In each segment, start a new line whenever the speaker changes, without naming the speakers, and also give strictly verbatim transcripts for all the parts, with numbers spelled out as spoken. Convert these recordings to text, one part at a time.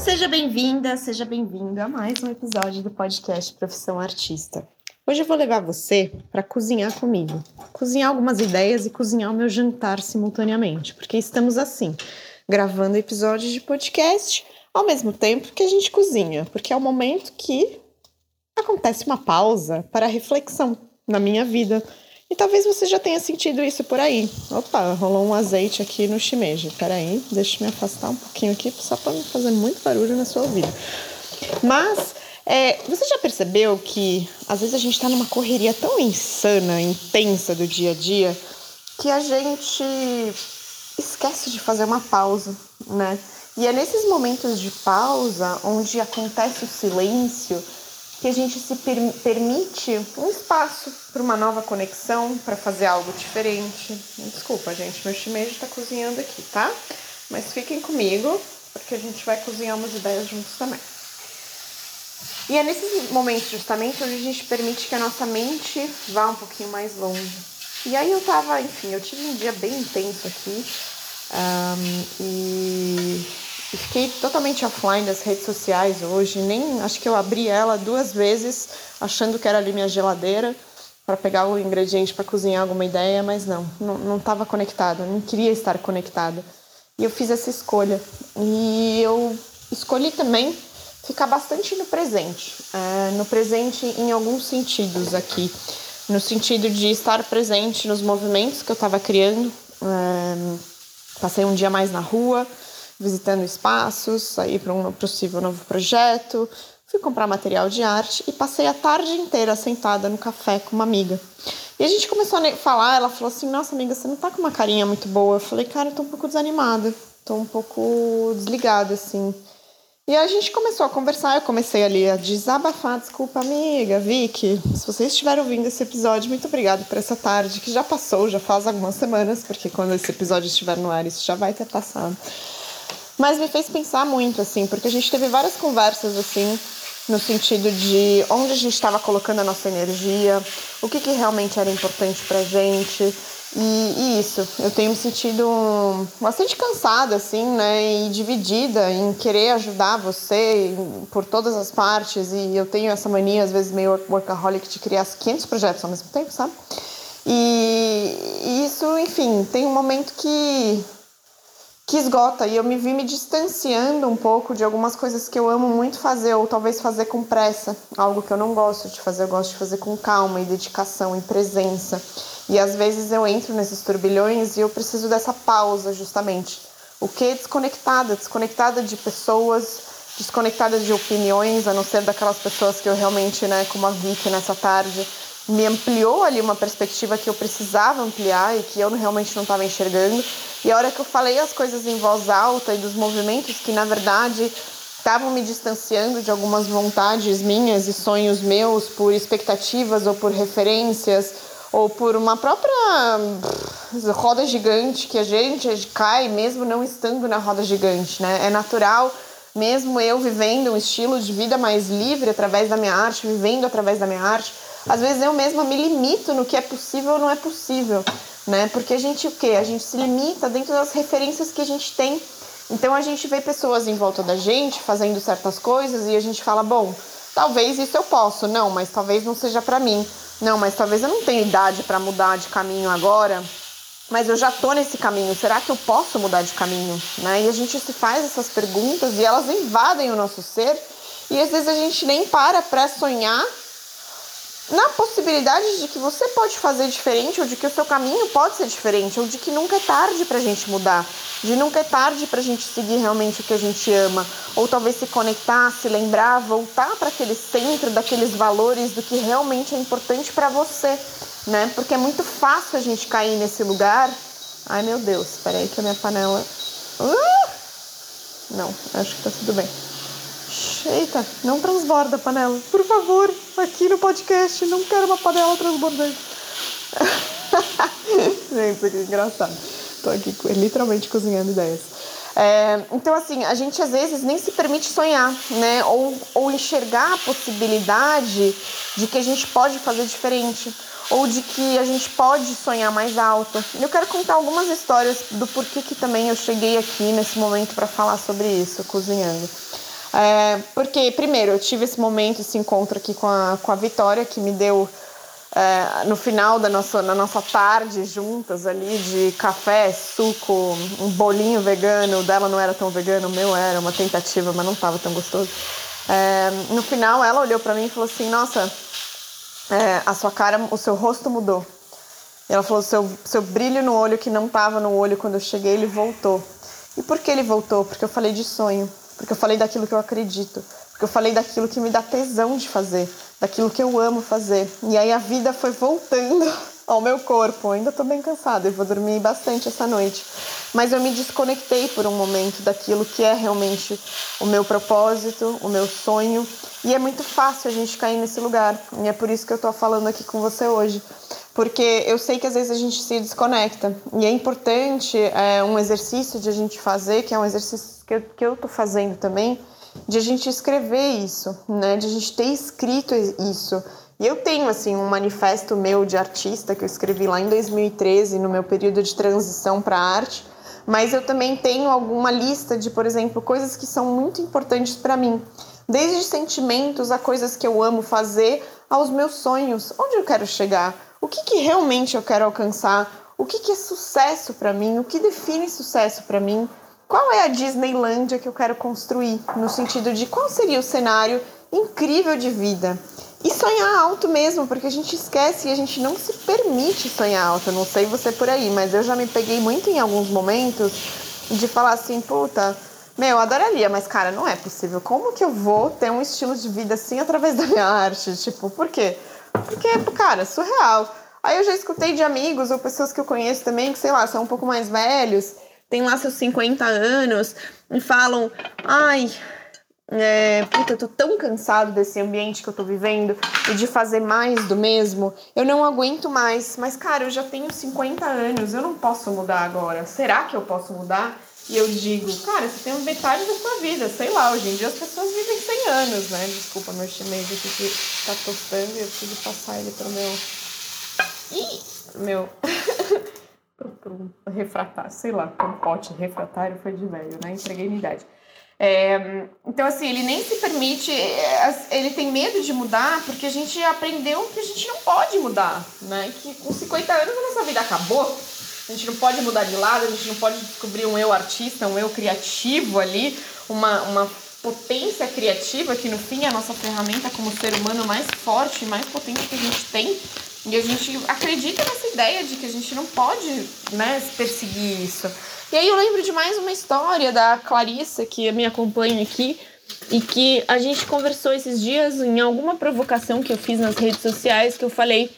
Seja bem-vinda, seja bem-vindo a mais um episódio do podcast Profissão Artista. Hoje eu vou levar você para cozinhar comigo, cozinhar algumas ideias e cozinhar o meu jantar simultaneamente, porque estamos assim, gravando episódios de podcast ao mesmo tempo que a gente cozinha, porque é o momento que acontece uma pausa para reflexão na minha vida. E talvez você já tenha sentido isso por aí. Opa, rolou um azeite aqui no shimeji. Peraí, deixa eu me afastar um pouquinho aqui, só para não fazer muito barulho na sua ouvido. Mas, é, você já percebeu que às vezes a gente está numa correria tão insana, intensa do dia a dia, que a gente esquece de fazer uma pausa, né? E é nesses momentos de pausa, onde acontece o silêncio, que a gente se per- permite um espaço para uma nova conexão, para fazer algo diferente. Desculpa, gente, meu shimeji está cozinhando aqui, tá? Mas fiquem comigo, porque a gente vai cozinhar umas ideias juntos também. E é nesses momentos, justamente, onde a gente permite que a nossa mente vá um pouquinho mais longe. E aí eu tava, enfim, eu tive um dia bem intenso aqui, um, e... E fiquei totalmente offline das redes sociais hoje, nem acho que eu abri ela duas vezes, achando que era ali minha geladeira, para pegar o ingrediente para cozinhar alguma ideia, mas não, não estava conectada, não queria estar conectada. E eu fiz essa escolha. E eu escolhi também ficar bastante no presente, é, no presente em alguns sentidos aqui, no sentido de estar presente nos movimentos que eu estava criando. É, passei um dia mais na rua, visitando espaços, saí para um possível novo projeto, fui comprar material de arte e passei a tarde inteira sentada no café com uma amiga. E a gente começou a falar, ela falou assim, nossa amiga, você não tá com uma carinha muito boa. Eu falei, cara, eu tô um pouco desanimada, tô um pouco desligada, assim. E a gente começou a conversar, eu comecei ali a desabafar, desculpa amiga, Vicky, se vocês estiverem ouvindo esse episódio, muito obrigada por essa tarde, que já passou, já faz algumas semanas, porque quando esse episódio estiver no ar, isso já vai ter passado. Mas me fez pensar muito, assim, porque a gente teve várias conversas, assim, no sentido de onde a gente estava colocando a nossa energia, o que, que realmente era importante pra gente. E, e isso, eu tenho me sentido bastante cansada, assim, né, e dividida em querer ajudar você por todas as partes. E eu tenho essa mania, às vezes, meio workaholic, de criar quinhentos projetos ao mesmo tempo, sabe? E, e isso, enfim, tem um momento que... que esgota, e eu me vi me distanciando um pouco de algumas coisas que eu amo muito fazer, ou talvez fazer com pressa, algo que eu não gosto de fazer, eu gosto de fazer com calma e dedicação e presença, e às vezes eu entro nesses turbilhões e eu preciso dessa pausa, justamente, o que? Desconectada, desconectada de pessoas, desconectada de opiniões, a não ser daquelas pessoas que eu realmente, né, como a Vicky nessa tarde, me ampliou ali uma perspectiva que eu precisava ampliar e que eu realmente não estava enxergando. E a hora que eu falei as coisas em voz alta e dos movimentos que, na verdade, estavam me distanciando de algumas vontades minhas e sonhos meus por expectativas ou por referências ou por uma própria roda gigante que a gente cai mesmo não estando na roda gigante, né? É natural, mesmo eu vivendo um estilo de vida mais livre através da minha arte, vivendo através da minha arte, às vezes eu mesma me limito no que é possível ou não é possível, né? Porque a gente o quê? A gente se limita dentro das referências que a gente tem. Então a gente vê pessoas em volta da gente fazendo certas coisas e a gente fala, bom, talvez isso eu posso, não, mas talvez não seja pra mim. Não, mas talvez eu não tenha idade pra mudar de caminho agora, mas eu já tô nesse caminho, será que eu posso mudar de caminho? Né? E a gente se faz essas perguntas e elas invadem o nosso ser e às vezes a gente nem para pra sonhar na possibilidade de que você pode fazer diferente, ou de que o seu caminho pode ser diferente, ou de que nunca é tarde pra gente mudar, de nunca é tarde pra gente seguir realmente o que a gente ama, ou talvez se conectar, se lembrar, voltar para aquele centro daqueles valores do que realmente é importante pra você, né? Porque é muito fácil a gente cair nesse lugar. Ai meu Deus, peraí que a minha panela... Uh! Não, acho que tá tudo bem. Eita, não transborda a panela, por favor, aqui no podcast, não quero uma panela transbordando. Gente, isso aqui é engraçado. Tô aqui literalmente cozinhando ideias. É, então, assim, a gente às vezes nem se permite sonhar, né? Ou, ou enxergar a possibilidade de que a gente pode fazer diferente, ou de que a gente pode sonhar mais alto. Eu quero contar algumas histórias do porquê que também eu cheguei aqui nesse momento para falar sobre isso, cozinhando. É, porque, primeiro, eu tive esse momento, esse encontro aqui com a, com a Vitória, que me deu, é, no final da nossa, na nossa tarde juntas ali, de café, suco, um bolinho vegano. O dela não era tão vegano, o meu era uma tentativa, mas não estava tão gostoso. É, no final, ela olhou para mim e falou assim, nossa, é, a sua cara, o seu rosto mudou. E ela falou, seu, seu brilho no olho que não estava no olho quando eu cheguei, ele voltou. E por que ele voltou? Porque eu falei de sonho, porque eu falei daquilo que eu acredito, porque eu falei daquilo que me dá tesão de fazer, daquilo que eu amo fazer. E aí a vida foi voltando ao meu corpo. Eu ainda tô bem cansada, eu vou dormir bastante essa noite. Mas eu me desconectei por um momento daquilo que é realmente o meu propósito, o meu sonho. E é muito fácil a gente cair nesse lugar. E é por isso que eu tô falando aqui com você hoje. Porque eu sei que às vezes a gente se desconecta. E é importante é, um exercício de a gente fazer, que é um exercício que eu, que eu tô fazendo também, de a gente escrever isso, né? De a gente ter escrito isso. E eu tenho, assim, um manifesto meu de artista que eu escrevi lá em dois mil e treze, no meu período de transição para a arte. Mas eu também tenho alguma lista de, por exemplo, coisas que são muito importantes para mim. Desde sentimentos a coisas que eu amo fazer, aos meus sonhos. Onde eu quero chegar? O que, que realmente eu quero alcançar? O que, que é sucesso para mim? O que define sucesso para mim? Qual é a Disneylândia que eu quero construir? No sentido de qual seria o cenário incrível de vida? E sonhar alto mesmo, porque a gente esquece e a gente não se permite sonhar alto. Eu não sei você por aí, mas eu já me peguei muito em alguns momentos de falar assim, puta, meu, eu adoraria, mas cara, não é possível. Como que eu vou ter um estilo de vida assim através da minha arte? Tipo, por quê? Porque, cara, é surreal. Aí eu já escutei de amigos ou pessoas que eu conheço também, que sei lá, são um pouco mais velhos, tem lá seus cinquenta anos e falam, ai, é, puta, eu tô tão cansado desse ambiente que eu tô vivendo e de fazer mais do mesmo, eu não aguento mais. Mas, cara, eu já tenho cinquenta anos, eu não posso mudar agora. Será que eu posso mudar? E eu digo, cara, você tem um metade da sua vida, sei lá, hoje em dia as pessoas vivem cem anos, né? Desculpa, meu shimeji aqui que tá tostando e eu preciso passar ele pro meu... Ih, meu... pro, pro refratário, sei lá, um pote refratário foi de velho, né? Entreguei minha idade. É, então, assim, ele nem se permite, ele tem medo de mudar porque a gente aprendeu que a gente não pode mudar, né? Que com cinquenta anos a nossa vida acabou. A gente não pode mudar de lado, a gente não pode descobrir um eu artista, um eu criativo ali, uma, uma potência criativa que no fim é a nossa ferramenta como ser humano mais forte e mais potente que a gente tem. E a gente acredita nessa ideia de que a gente não pode, né, perseguir isso. E aí eu lembro de mais uma história da Clarissa, que me acompanha aqui, e que a gente conversou esses dias em alguma provocação que eu fiz nas redes sociais, que eu falei...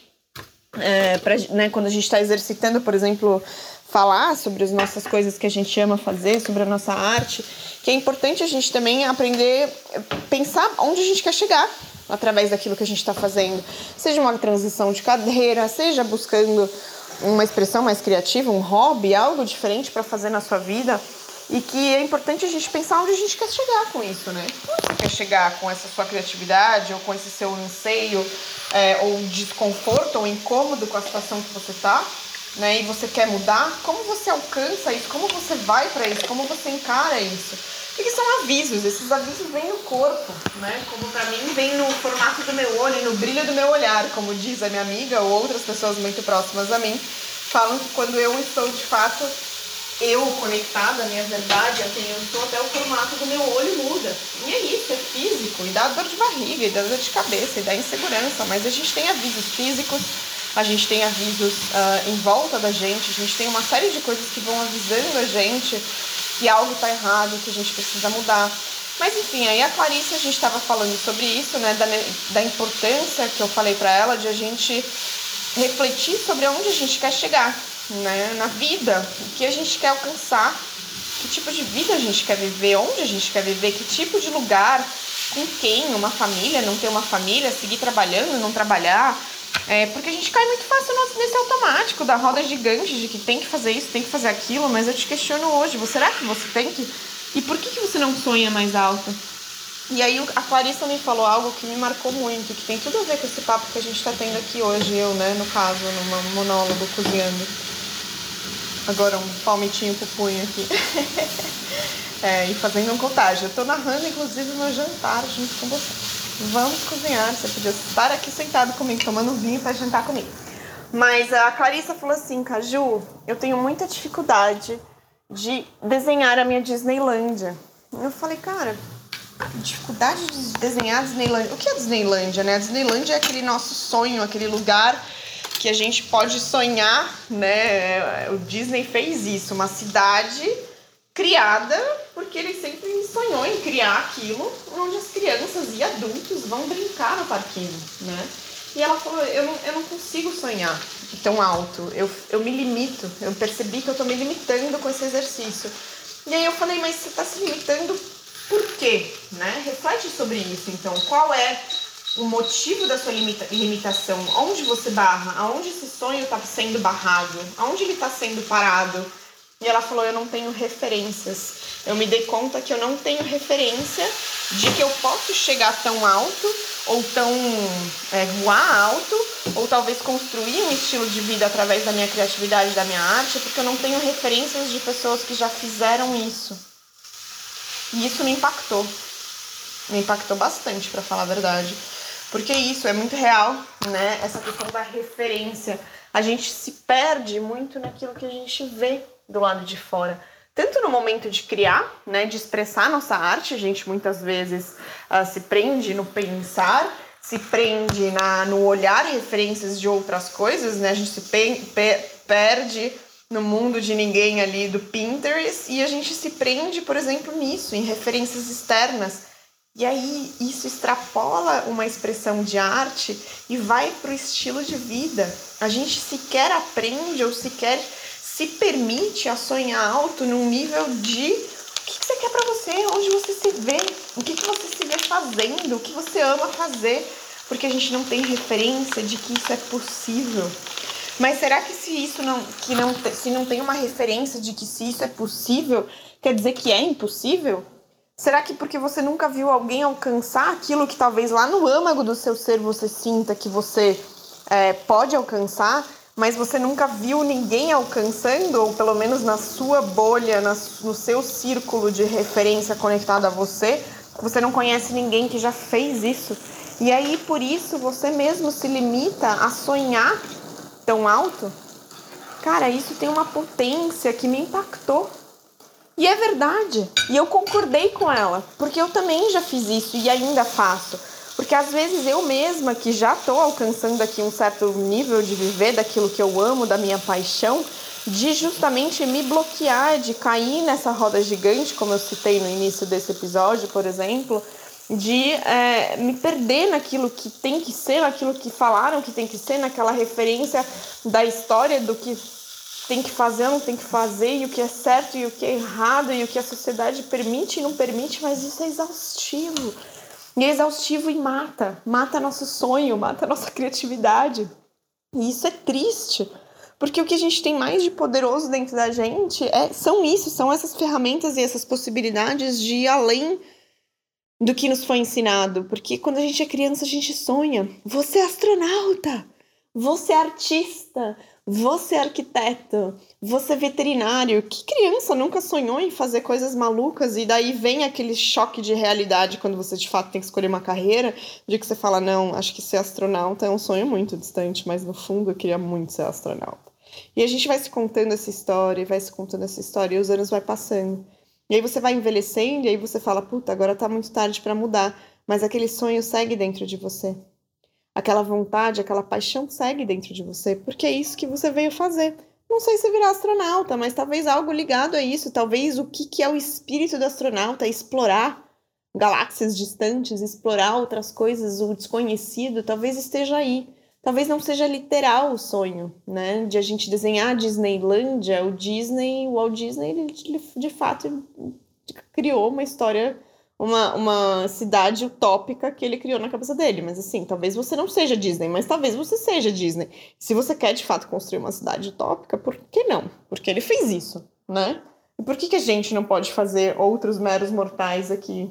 É, pra, né, quando a gente está exercitando, por exemplo, falar sobre as nossas coisas que a gente ama fazer, sobre a nossa arte, que é importante a gente também aprender, pensar onde a gente quer chegar através daquilo que a gente está fazendo, seja uma transição de carreira, seja buscando uma expressão mais criativa, um hobby, algo diferente para fazer na sua vida. E que é importante a gente pensar onde a gente quer chegar com isso, né? Onde você quer chegar com essa sua criatividade, ou com esse seu anseio, é, ou desconforto, ou incômodo com a situação que você tá, né? E você quer mudar? Como você alcança isso? Como você vai para isso? Como você encara isso? E que são avisos, esses avisos vêm no corpo, né? Como para mim vem no formato do meu olho e no brilho do meu olhar, como diz a minha amiga ou outras pessoas muito próximas a mim, falam que quando eu estou de fato... eu conectada à minha verdade, a quem eu sou, até o formato do meu olho muda. E é isso, é físico, e dá dor de barriga, e dá dor de cabeça, e dá insegurança, mas a gente tem avisos físicos, a gente tem avisos uh, em volta da gente, a gente tem uma série de coisas que vão avisando a gente que algo está errado, que a gente precisa mudar. Mas enfim, aí a Clarissa, a gente estava falando sobre isso, né, da, da importância que eu falei para ela de a gente refletir sobre onde a gente quer chegar, né, na vida, o que a gente quer alcançar, que tipo de vida a gente quer viver, onde a gente quer viver, que tipo de lugar, com quem, uma família, não ter uma família, seguir trabalhando, não trabalhar, é, porque a gente cai muito fácil nesse automático da roda gigante de que tem que fazer isso, tem que fazer aquilo, mas eu te questiono hoje, será que você tem que? E por que, que você não sonha mais alto? E aí a Clarissa me falou algo que me marcou muito, que tem tudo a ver com esse papo que a gente tá tendo aqui hoje, eu, né, no caso, num monólogo, cozinhando. Agora um palmitinho pro punho aqui. é, e fazendo um cottage. Eu tô narrando, inclusive, o meu jantar junto com você. Vamos cozinhar, você podia estar aqui sentado comigo, tomando vinho para jantar comigo. Mas a Clarissa falou assim, Caju, eu tenho muita dificuldade de desenhar a minha Disneylândia. Eu falei, cara, dificuldade de desenhar a Disneylândia. O que é a Disneylândia, né? A Disneylândia é aquele nosso sonho, aquele lugar que a gente pode sonhar, né? O Disney fez isso, uma cidade criada porque ele sempre sonhou em criar aquilo onde as crianças e adultos vão brincar no parquinho, né? E ela falou, eu não, eu não consigo sonhar tão alto, eu, eu me limito, eu percebi que eu tô me limitando com esse exercício. E aí eu falei, mas você tá se limitando por quê? Né? Reflete sobre isso, então, qual é o motivo da sua limita- limitação? Onde você barra? Aonde esse sonho tá sendo barrado? Aonde ele tá sendo parado? E ela falou, eu não tenho referências. Eu me dei conta que eu não tenho referência de que eu posso chegar tão alto, ou tão é, voar alto, ou talvez construir um estilo de vida através da minha criatividade, da minha arte, porque eu não tenho referências de pessoas que já fizeram isso. E isso me impactou. Me impactou bastante, para falar a verdade. Porque isso é muito real, né? Essa questão da referência. A gente se perde muito naquilo que a gente vê do lado de fora. Tanto no momento de criar, né, de expressar nossa arte, a gente muitas vezes uh, se prende no pensar, se prende na, no olhar referências de outras coisas, né? A gente se pe- pe- perde no mundo de ninguém ali do Pinterest e a gente se prende, por exemplo, nisso, em referências externas. E aí isso extrapola uma expressão de arte e vai para o estilo de vida. A gente sequer aprende ou sequer se permite a sonhar alto num nível de o que você quer para você, onde você se vê, o que você se vê fazendo, o que você ama fazer, porque a gente não tem referência de que isso é possível. Mas será que se isso não, que não, se não tem uma referência de que se isso é possível, quer dizer que é impossível? Será que porque você nunca viu alguém alcançar aquilo que talvez lá no âmago do seu ser você sinta que você é, pode alcançar, mas você nunca viu ninguém alcançando, ou pelo menos na sua bolha, na, no seu círculo de referência conectado a você, você não conhece ninguém que já fez isso. E aí, por isso, você mesmo se limita a sonhar tão alto? Cara, isso tem uma potência que me impactou. E é verdade. E eu concordei com ela, porque eu também já fiz isso e ainda faço. Porque às vezes eu mesma, que já estou alcançando aqui um certo nível de viver daquilo que eu amo, da minha paixão, de justamente me bloquear, de cair nessa roda gigante, como eu citei no início desse episódio, por exemplo, de é, me perder naquilo que tem que ser, naquilo que falaram que tem que ser, naquela referência da história do que tem que fazer ou não tem que fazer, e o que é certo e o que é errado, e o que a sociedade permite e não permite, mas isso é exaustivo. E é exaustivo e mata, mata nosso sonho, mata nossa criatividade. E isso é triste, porque o que a gente tem mais de poderoso dentro da gente é, são isso, são essas ferramentas e essas possibilidades de ir além do que nos foi ensinado. Porque quando a gente é criança, a gente sonha. Você é astronauta, você é artista, você é arquiteto, você é veterinário. Que criança nunca sonhou em fazer coisas malucas? E daí vem aquele choque de realidade quando você de fato tem que escolher uma carreira, de que você fala, não, acho que ser astronauta é um sonho muito distante, mas no fundo eu queria muito ser astronauta. E a gente vai se contando essa história, vai se contando essa história, e os anos vai passando. E aí você vai envelhecendo, e aí você fala, puta, agora tá muito tarde pra mudar, mas aquele sonho segue dentro de você. Aquela vontade, aquela paixão segue dentro de você, porque é isso que você veio fazer. Não sei se virar astronauta, mas talvez algo ligado a isso, talvez o que, que é o espírito do astronauta, explorar galáxias distantes, explorar outras coisas, o desconhecido, talvez esteja aí. Talvez não seja literal o sonho, né, de a gente desenhar a Disneylândia, o Disney, o Walt Disney, ele de fato criou uma história, Uma, uma cidade utópica que ele criou na cabeça dele. Mas assim, talvez você não seja Disney, mas talvez você seja Disney. Se você quer de fato construir uma cidade utópica, por que não? Porque ele fez isso, né? E por que, que a gente não pode fazer outros meros mortais aqui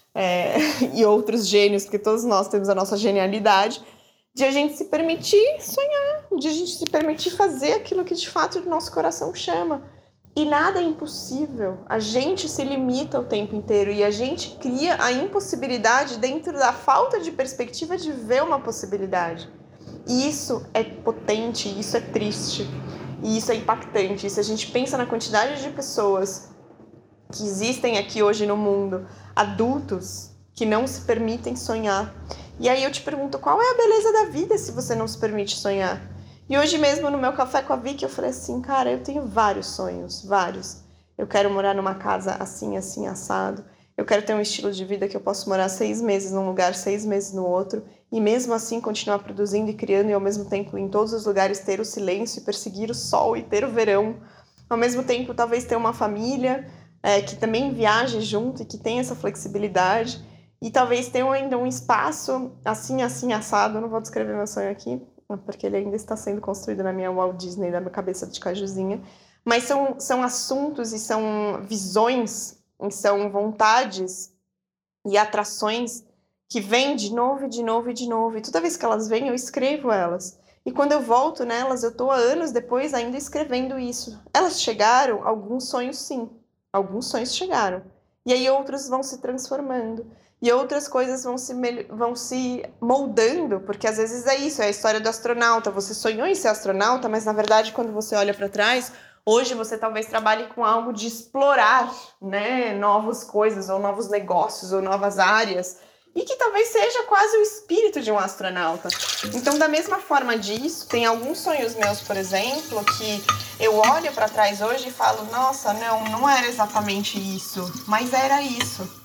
é, e outros gênios, porque todos nós temos a nossa genialidade, de a gente se permitir sonhar, de a gente se permitir fazer aquilo que de fato o nosso coração chama. E nada é impossível. A gente se limita o tempo inteiro e a gente cria a impossibilidade dentro da falta de perspectiva de ver uma possibilidade. E isso é potente, isso é triste, e isso é impactante. E se a gente pensa na quantidade de pessoas que existem aqui hoje no mundo, adultos, que não se permitem sonhar. E aí eu te pergunto, qual é a beleza da vida se você não se permite sonhar? E hoje mesmo no meu café com a Vicky eu falei assim, cara, eu tenho vários sonhos, vários. Eu quero morar numa casa assim, assim, assado. Eu quero ter um estilo de vida que eu possa morar seis meses num lugar, seis meses no outro. E mesmo assim continuar produzindo e criando e ao mesmo tempo em todos os lugares ter o silêncio e perseguir o sol e ter o verão. Ao mesmo tempo talvez ter uma família é, que também viaje junto e que tenha essa flexibilidade. E talvez ter ainda um espaço assim, assim, assado. Eu não vou descrever meu sonho aqui, porque ele ainda está sendo construído na minha Walt Disney, na minha cabeça de cajuzinha. Mas são, são assuntos e são visões, e são vontades e atrações que vêm de novo, e de novo, e de novo. E toda vez que elas vêm, eu escrevo elas. E quando eu volto nelas, eu estou há anos depois ainda escrevendo isso. Elas chegaram, alguns sonhos sim. Alguns sonhos chegaram. E aí outros vão se transformando. E outras coisas vão se, vão se moldando, porque às vezes é isso, é a história do astronauta. Você sonhou em ser astronauta, mas na verdade quando você olha para trás, hoje você talvez trabalhe com algo de explorar, né, novas coisas, ou novos negócios, ou novas áreas, e que talvez seja quase o espírito de um astronauta. Então, da mesma forma disso, tem alguns sonhos meus, por exemplo, que eu olho para trás hoje e falo, nossa, não, não era exatamente isso, mas era isso.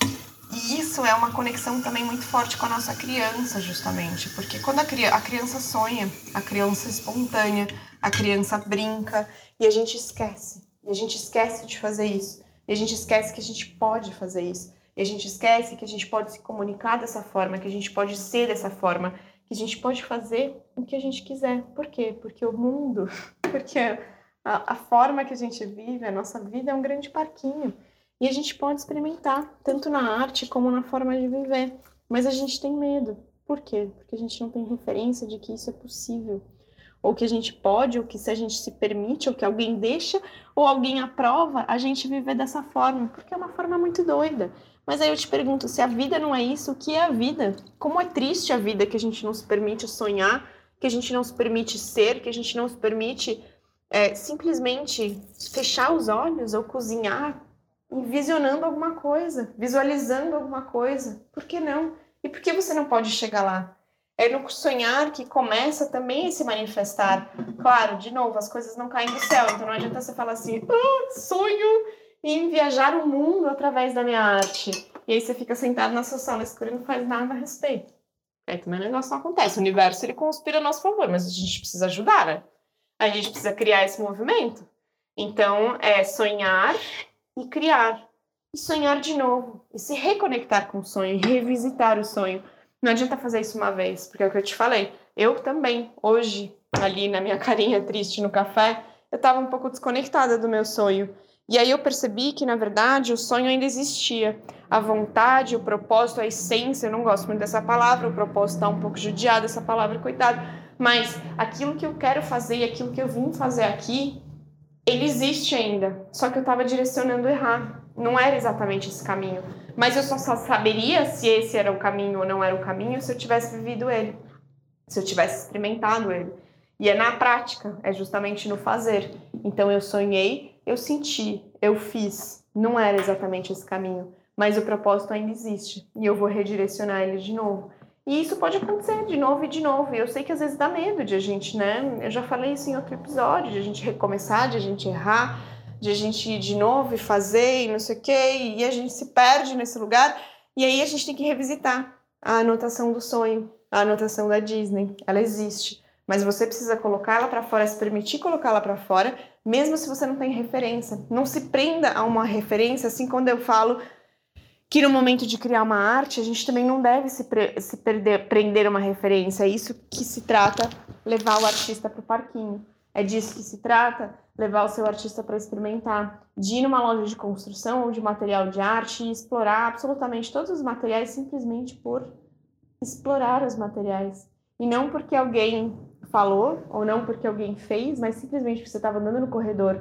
E isso é uma conexão também muito forte com a nossa criança, justamente. Porque quando a, cri- a criança sonha, a criança é espontânea, a criança brinca, e a gente esquece. E a gente esquece de fazer isso. E a gente esquece que a gente pode fazer isso. E a gente esquece que a gente pode se comunicar dessa forma, que a gente pode ser dessa forma, que a gente pode fazer o que a gente quiser. Por quê? Porque o mundo, porque a, a forma que a gente vive, a nossa vida é um grande parquinho. E a gente pode experimentar, tanto na arte como na forma de viver. Mas a gente tem medo. Por quê? Porque a gente não tem referência de que isso é possível. Ou que a gente pode, ou que se a gente se permite, ou que alguém deixa, ou alguém aprova, a gente viver dessa forma. Porque é uma forma muito doida. Mas aí eu te pergunto, se a vida não é isso, o que é a vida? Como é triste a vida que a gente não se permite sonhar, que a gente não se permite ser, que a gente não se permite é, simplesmente fechar os olhos ou cozinhar, visionando alguma coisa, visualizando alguma coisa. Por que não? E por que você não pode chegar lá? É no sonhar que começa também a se manifestar. Claro, de novo, as coisas não caem do céu, então não adianta você falar assim, ah, sonho em viajar o mundo através da minha arte. E aí você fica sentado na sua sala escura e não faz nada a respeito. Aí também o negócio não acontece. O universo, ele conspira a nosso favor, mas a gente precisa ajudar, né? A gente precisa criar esse movimento. Então, é sonhar e criar, e sonhar de novo, e se reconectar com o sonho, e revisitar o sonho. Não adianta fazer isso uma vez, porque é o que eu te falei. Eu também, hoje, ali na minha carinha triste no café, eu estava um pouco desconectada do meu sonho. E aí eu percebi que, na verdade, o sonho ainda existia. A vontade, o propósito, a essência, eu não gosto muito dessa palavra, o propósito está um pouco judiado, essa palavra, coitado. Mas aquilo que eu quero fazer e aquilo que eu vim fazer aqui, ele existe ainda, só que eu estava direcionando errado. Não era exatamente esse caminho. Mas eu só saberia se esse era o caminho ou não era o caminho se eu tivesse vivido ele, se eu tivesse experimentado ele. E é na prática, é justamente no fazer. Então eu sonhei, eu senti, eu fiz. Não era exatamente esse caminho, mas o propósito ainda existe. E eu vou redirecionar ele de novo. E isso pode acontecer de novo e de novo. E eu sei que às vezes dá medo de a gente, né? Eu já falei isso em outro episódio, de a gente recomeçar, de a gente errar, de a gente ir de novo e fazer e não sei o quê. E a gente se perde nesse lugar. E aí a gente tem que revisitar a anotação do sonho, a anotação da Disney. Ela existe. Mas você precisa colocá-la para fora, se permitir colocá-la para fora, mesmo se você não tem referência. Não se prenda a uma referência, assim, quando eu falo que no momento de criar uma arte, a gente também não deve se, pre- se perder, prender a uma referência. É isso que se trata, levar o artista para o parquinho. É disso que se trata, levar o seu artista para experimentar. De ir numa loja de construção ou de material de arte e explorar absolutamente todos os materiais simplesmente por explorar os materiais. E não porque alguém falou, ou não porque alguém fez, mas simplesmente porque você estava andando no corredor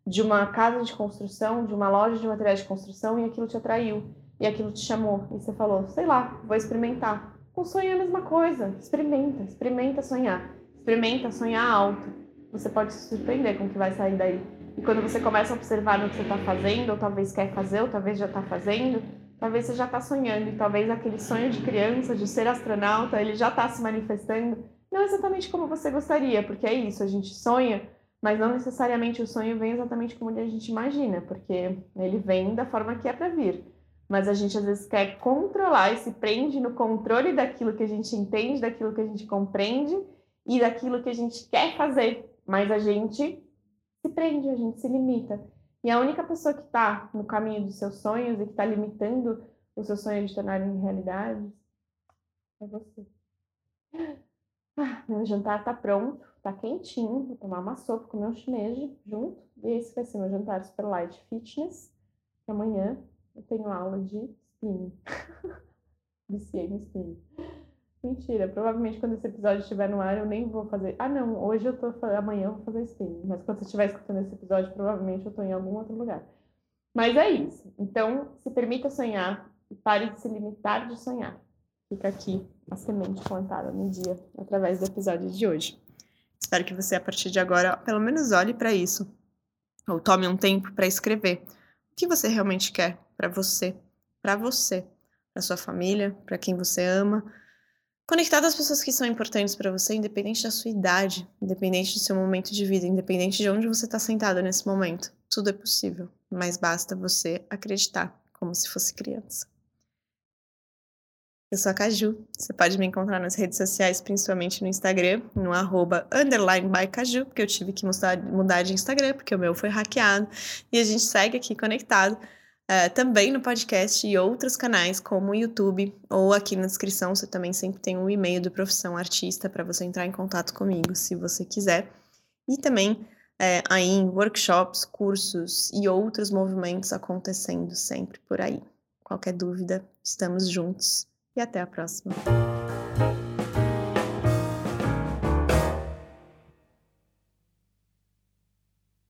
de uma casa de construção, de uma loja de materiais de construção, e aquilo te atraiu, e aquilo te chamou, e você falou, sei lá, vou experimentar. Com sonho é a mesma coisa, experimenta, experimenta sonhar, experimenta sonhar alto. Você pode se surpreender com o que vai sair daí. E quando você começa a observar no que você está fazendo, ou talvez quer fazer, ou talvez já está fazendo, talvez você já está sonhando, e talvez aquele sonho de criança, de ser astronauta, ele já está se manifestando, não exatamente como você gostaria, porque é isso, a gente sonha, mas não necessariamente o sonho vem exatamente como a gente imagina, porque ele vem da forma que é para vir. Mas a gente às vezes quer controlar e se prende no controle daquilo que a gente entende, daquilo que a gente compreende e daquilo que a gente quer fazer, mas a gente se prende, a gente se limita. E a única pessoa que está no caminho dos seus sonhos e que está limitando os seus sonhos de tornarem realidade é você. Ah, meu jantar tá pronto, tá quentinho, vou tomar uma sopa, comer um shimeji junto. E esse vai ser meu jantar super light fitness. E amanhã eu tenho aula de spinning. Viciei no spinning. Mentira, provavelmente quando esse episódio estiver no ar eu nem vou fazer. Ah, não, hoje eu tô. Amanhã eu vou fazer spinning. Mas quando você estiver escutando esse episódio, provavelmente eu tô em algum outro lugar. Mas é isso. Então, se permita sonhar e pare de se limitar de sonhar. Fica aqui a semente plantada no dia, através do episódio de hoje. Espero que você, a partir de agora, pelo menos olhe para isso. Ou tome um tempo para escrever. O que você realmente quer para você, para você, para sua família, para quem você ama. Conectado às pessoas que são importantes para você, independente da sua idade, independente do seu momento de vida, independente de onde você está sentado nesse momento. Tudo é possível, mas basta você acreditar, como se fosse criança. Eu sou a Caju, você pode me encontrar nas redes sociais, principalmente no Instagram, no arroba underline by Caju, porque eu tive que mudar, mudar de Instagram, porque o meu foi hackeado, e a gente segue aqui conectado, uh, também no podcast e outros canais, como o YouTube, ou aqui na descrição você também sempre tem um e-mail do Profissão Artista para você entrar em contato comigo, se você quiser, e também é, aí em workshops, cursos e outros movimentos acontecendo sempre por aí. Qualquer dúvida, estamos juntos. E até a próxima.